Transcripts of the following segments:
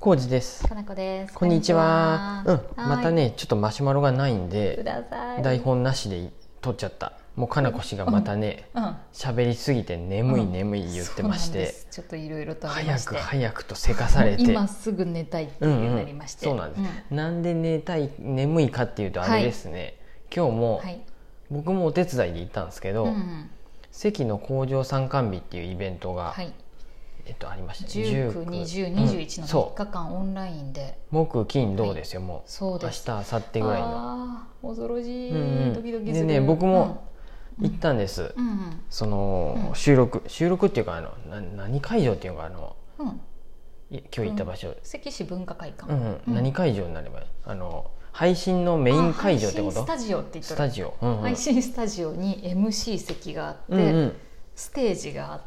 コウジです。 かなこです。 こんにちは。またね、ちょっとマシュマロがないんでください。 台本なしで撮っちゃった。もうかなこ氏がまたね、喋りすぎて眠い言ってまして、 ちょっといろいろとありまして、 早くとせかされて今すぐ寝たいっていうなりまして、 そうなんです。なんで眠いかっていうとあれですね、今日も僕もお手伝いで行ったんですけど、関の工場参観日っていうイベントがありました。 19、20、21の3日間オンラインで、 木金土ですよ。もうそうです。 明日明後日ぐらいの恐ろしい、ドキドキする。 でね、僕も行ったんです。その収録っていうか何会場っていうか今日行った場所、 関市文化会館、 何会場になれば配信のメイン会場ってこと？ 配信スタジオって言ったら、 スタジオ、 配信スタジオに MC 席があって、ステージがあって、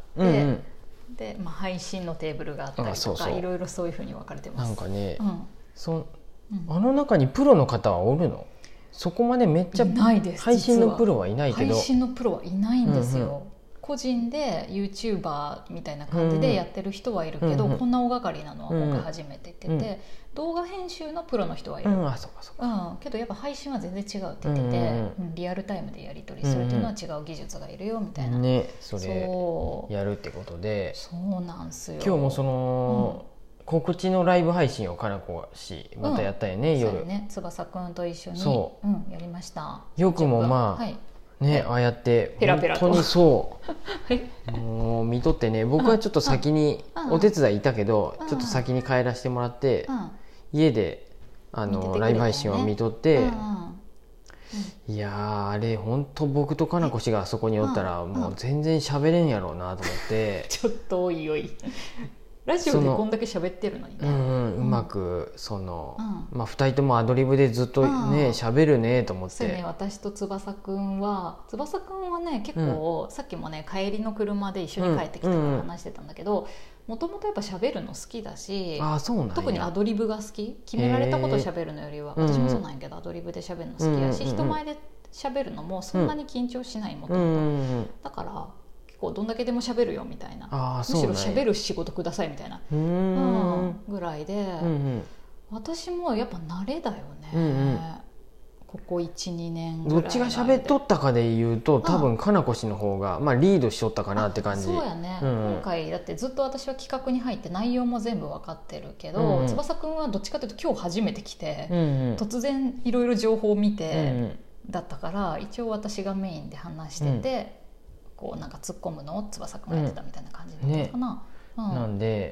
で配信のテーブルがあったりとか、いろいろそういう風に分かれてます。 なんかね、あの中にプロの方はおるの？そこまでめっちゃないです。 配信のプロはいないけど、 配信のプロはいないんですよ。個人で YouTuber みたいな感じでやってる人はいるけど、こんな大掛かりなのは今回初めて言ってて、動画編集のプロの人はいる。けどやっぱ配信は全然違うって言ってて、リアルタイムでやり取りするっていうのは違う技術がいるよみたいな、 それやるってことで、 そうなんすよ。 今日もその、告知のライブ配信をかなこ氏またやったよね、夜ね。 翼くんと一緒にやりました。 よくもまあね、ああやってペラペラと本当にそうもう見とってね、僕はちょっと先にお手伝いいたけど、ちょっと先に帰らせてもらって、家でライブ配信を見とって、いやあれ本当僕とかなこ氏があそこにおったらもう全然喋れんやろうなと思ってちょっとおいおいラジオでこんだけ喋ってるのにね、 うまく2人ともアドリブでずっとね喋るねと思って。 そうね、私と翼くんはね結構、さっきもね帰りの車で一緒に帰ってきたから話してたんだけど、もともとやっぱ喋るの好きだし、特にアドリブが好き。決められたこと喋るのよりは、私もそうなんやけどアドリブで喋るの好きやし、人前で喋るのもそんなに緊張しないもともとだから、どんだけでも喋るよみたいな、むしろ喋る仕事くださいみたいなぐらいで、私もやっぱ慣れだよね、ここ 1,2 年ぐらい。 どっちが喋っとったかでいうと、多分かなこ氏の方がリードしとったかなって感じ。 そうやね、今回だってずっと私は企画に入って内容も全部分かってるけど、翼くんはどっちかというと今日初めて来て、突然いろいろ情報を見て、だったから一応私がメインで話してて、なんか突っ込むのを翼くんがやってたみたいな感じだったかな。 なんで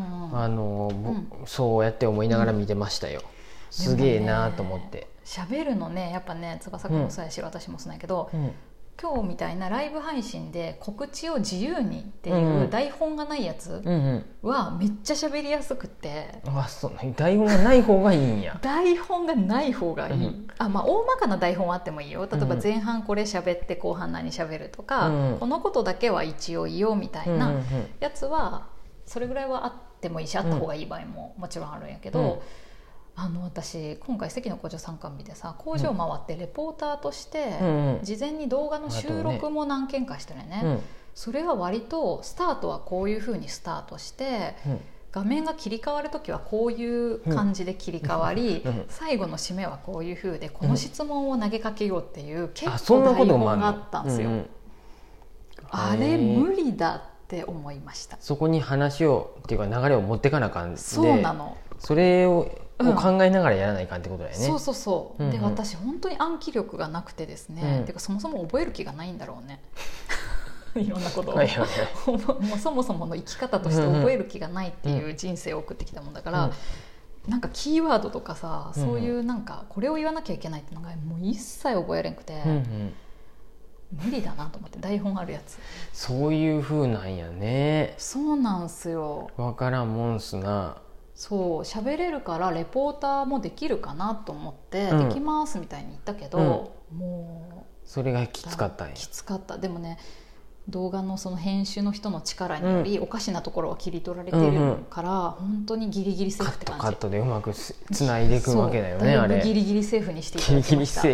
そうやって思いながら見てましたよ。すげえなと思って。 喋るのね、やっぱね、翼くんもそうやし、私もそうやけど、今日みたいなライブ配信で告知を自由にっていう台本がないやつはめっちゃ喋りやすくて、 台本がない方がいいんや。 台本がない方がいい、大まかな台本あってもいいよ。例えば前半これ喋って後半何喋るとか、このことだけは一応言おうみたいなやつはそれぐらいはあってもいいし、あった方がいい場合ももちろんあるんやけど、私今回関の工場参観日でさ、工場回ってレポーターとして事前に動画の収録も何件かしてるね。それは割とスタートはこういう風にスタートして、画面が切り替わる時はこういう感じで切り替わり、最後の締めはこういう風でこの質問を投げかけようっていう結構台本があったんですよ。あれ無理だって思いました。 そこに話をっていうか流れを持ってかなあかんで、 そうなの。 それを考えながらやらないかんってことだよね。 そう、で私本当に暗記力がなくてですね、てかそもそも覚える気がないんだろうねいろんなことをもうそもそもの生き方として覚える気がないっていう人生を送ってきたもんだから、なんかキーワードとかさ、そういうなんかこれを言わなきゃいけないっていうのがもう一切覚えれんくて、無理だなと思って。台本あるやつそういう風なんやね。 そうなんすよ。 わからんもんすな。 そう喋れるからレポーターもできるかなと思って、できますみたいに言ったけど、もうそれがきつかったんや。 きつかった。でもね、動画のその編集の人の力によりおかしなところは切り取られているから、本当にギリギリセーフって感じ。 カットでうまくつないでいくわけだよね。 あれギリギリセーフにしていただきました。ギリギリセーフ。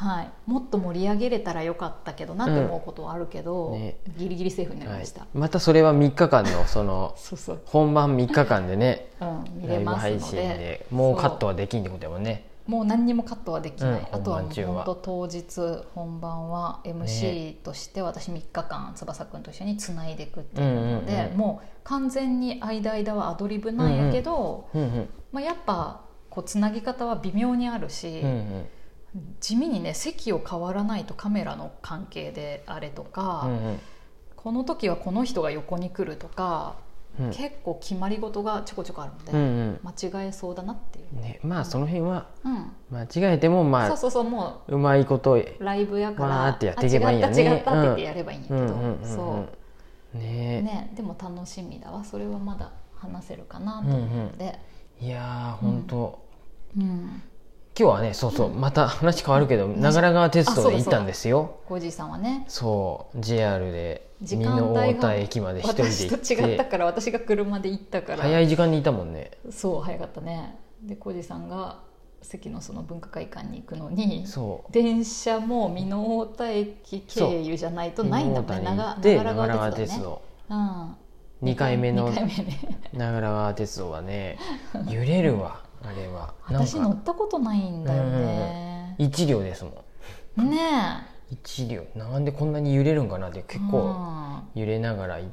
はい、もっと盛り上げれたらよかったけどなって思うことはあるけど、ね、ギリギリセーフになりました、 またそれは3日間のそのそう本番3日間でね見れますので、 ライブ配信でもうカットはできんってことだもんね。 もう何にもカットはできない、あとは本当当日本番は MC として私3日間翼くんと一緒につないでいくっていうので、もう完全に間はアドリブなんやけど、やっぱこうつなぎ方は微妙にあるし、地味にね席を変わらないとカメラの関係であれとか、この時はこの人が横に来るとか、結構決まり事がちょこちょこあるので、間違えそうだなっていう、 ね、まあその辺は間違えてもまあそうもうまいことライブやからわーってやっていけばいいんやね。 違ったって言ってやればいいんやけど、 そうね、 でも楽しみだわ。それはまだ話せるかなと思って、 いやー本当、今日はねまた話変わるけど、長良川鉄道で行ったんですよ。 コージーさんはね、 そう JR で美濃太田駅まで一人で行って、 私と違ったから私が車で行ったから早い時間にいたもんね。 そう早かったね。でコージーさんが関のその文化会館に行くのに、電車も美濃太田駅経由じゃないとないんだもんね。長良川鉄道ね、2 回目の長良川鉄道はね揺れるわあれは。 私乗ったことないんだよね。 1両ですもんね。1両なんでこんなに揺れるんかなって結構揺れながら行って、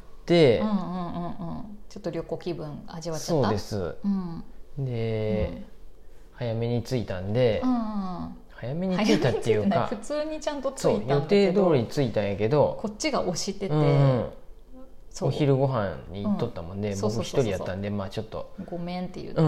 ちょっと旅行気分味わっちゃった。 そうです、で、早めに着いたんで、早めに着いたっていうか普通にちゃんと着いたんだけど、 予定通り着いたんやけどこっちが押してて、 お昼ご飯に行っとったもんで、僕一人やったんで、まあちょっとごめんって言って、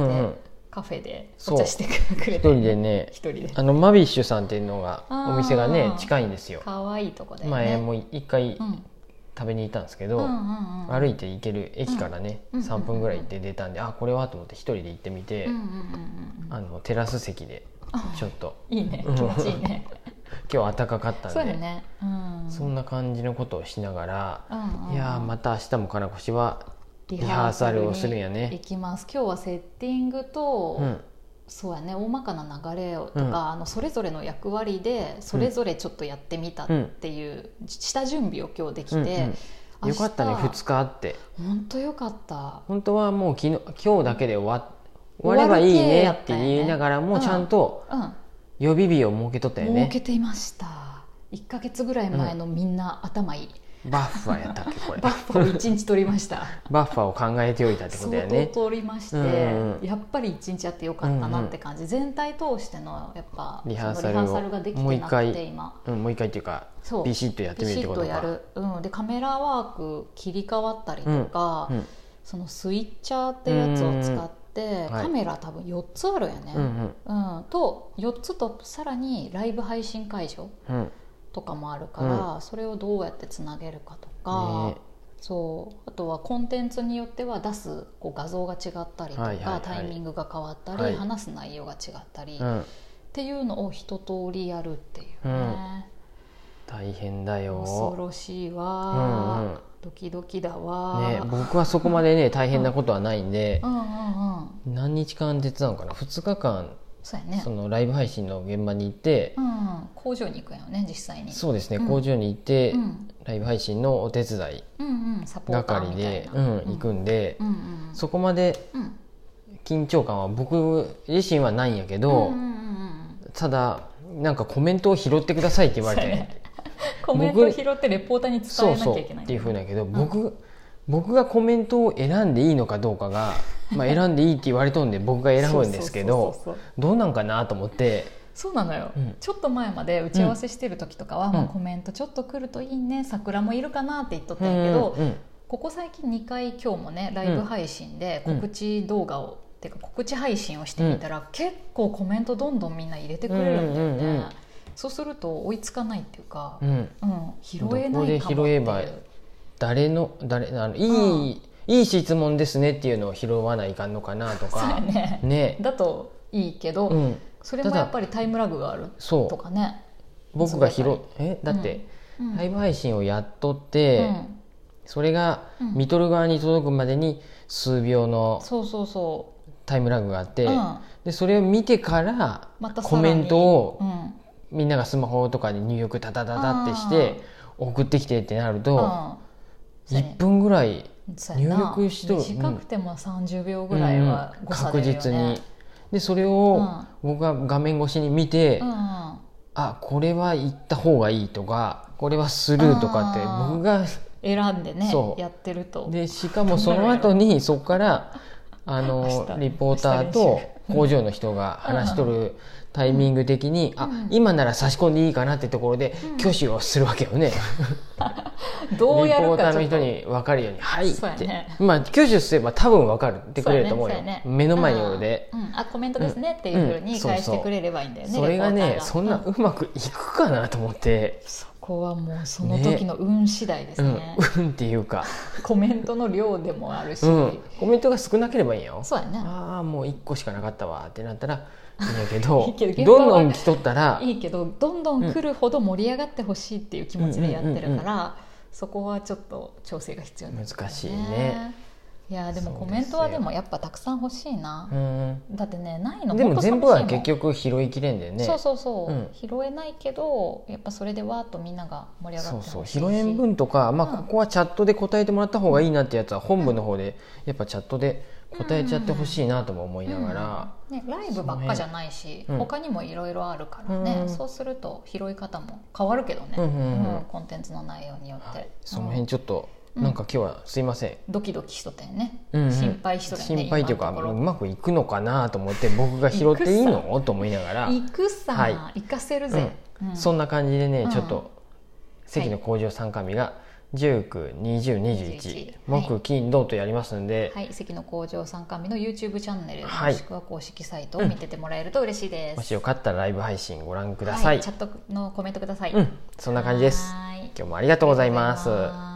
カフェでお茶してくれて、 一人でね、マビッシュさんっていうのがお店がね近いんですよ。 かわいいとこで、 前も一回食べに行ったんですけど、歩いて行ける駅からね3分ぐらいで出たんで、これはと思って一人で行ってみて、テラス席でちょっといいね、気持ちいいね今日暖かかったんで、 そうだね、 そんな感じのことをしながら、いやまた明日も金越はリハーサルをするんやね。 行きます。今日はセッティングと、そうやね、大まかな流れとか、それぞれの役割でそれぞれちょっとやってみたっていう下準備を今日できて、 よかったね。2日あって本当よかった。 本当はもう今日だけで終わればいいねって言いながらも、ちゃんと予備日を設けとったよね。 設けていました。1ヶ月ぐらい前のみんな頭いい、 バッファやったっけこれ。 バッファを1日取りましたバッファを考えておいたってことだよね。 相当取りまして、やっぱり1日あってよかったなって感じ、全体通してのやっぱリハーサルができてなくて、今もう一回っていうかビシッとやってみるってことか。 ビシッとやる、でカメラワーク切り替わったりとか、そのスイッチャーってやつを使って、カメラ多分4つあるよね、と4つとさらにライブ配信会場、とかもあるから、それをどうやってつなげるかとか、あとはコンテンツによっては出す画像が違ったりとか、タイミングが変わったり、話す内容が違ったり、っていうのを一通りやるっていうね、 大変だよ。 恐ろしいわ、ドキドキだわ、 僕はそこまでね大変なことはないんで、何日間手伝うのかな、2日間そうやね、 そのライブ配信の現場に行って、 工場に行くんよね実際に。 そうですね、工場に行って、ライブ配信のお手伝い係で行くんで、そこまで緊張感は僕自身はないんやけど、ただなんかコメントを拾ってくださいって言われて、 コメントを拾ってレポーターに伝えなきゃいけないっていうふうだけど、僕がコメントを選んでいいのかどうかが選んでいいって言われとんで僕が選ぶんですけど、どうなんかなと思って。 そうなのよ、ちょっと前まで打ち合わせしてる時とかは、コメントちょっと来るといいね、桜もいるかなって言っとったんやけど、ここ最近2回今日もねライブ配信で告知動画を、っていうか告知配信をしてみたら、結構コメントどんどんみんな入れてくれるんだよね、そうすると追いつかないっていうか、拾えないかもっていう。 いい質問ですねっていうのを拾わないかんのかなとか、 だといいけど、それもやっぱりタイムラグがあるとかね。 僕がだって、ライブ配信をやっとって、それが見とる側に届くまでに数秒のタイムラグがあって、でそれを見てからコメントをみんながスマホとかで入力タタタタってして送ってきてってなると、1分ぐらい入力しとる、 短くても30秒ぐらいは誤差出るよね、 確実に。でそれを僕が画面越しに見て、あ、これは行った方がいいとか、これはスルーとかって僕が選んでねやってると。 でしかもその後にそこからリポーターと工場の人が話しとるタイミング的に、今なら差し込んでいいかなってところで挙手をするわけよね。 どうやるかリポーターの人に分かるように「はい」って、 ね、 挙手すれば多分分かってくれると思うよ、目の前におるで、 コメントですねっていうふうに返してくれればいいんだよね。 それがね、そんなうまくいくかなと思って、 そこはもうその時の運次第ですね。 運っていうかコメントの量でもあるし、 コメントが少なければいいよ。 そうやね。 ああもう1個しかなかったわってなったらいいんやけどどんどん来とったらいいけど、どんどん来るほど盛り上がってほしいっていう気持ちでやってるから、そこはちょっと調整が必要なんですよね。 難しいね。 いやでもコメントはでもやっぱたくさん欲しいな。だってね、ないのでも全部は結局拾いきれんだよね。 そう、拾えないけどやっぱそれでわーっとみんなが盛り上がってほしいし、 拾えん分とか、ここはチャットで答えてもらった方がいいなってやつは本部の方でやっぱチャットで答えちゃってほしいなとも思いながら、 ライブばっかじゃないし、他にもいろいろあるからね、そうすると拾い方も変わるけどね、コンテンツの内容によって、 その辺ちょっとなんか今日はすいません、 ドキドキしとったよね、心配しとったよね。 心配というかうまくいくのかなと思って、僕が拾っていいのと思いながら行くさ、行かせるぜ、 そんな感じでね、ちょっと関の工場参加日が19、20、21、木金土とやりますので、 関の工場参加日の YouTube チャンネル、もしくは公式サイトを見ててもらえると嬉しいです。 もしよかったらライブ配信ご覧ください。 チャットのコメントください。 そんな感じです。今日もありがとうございます。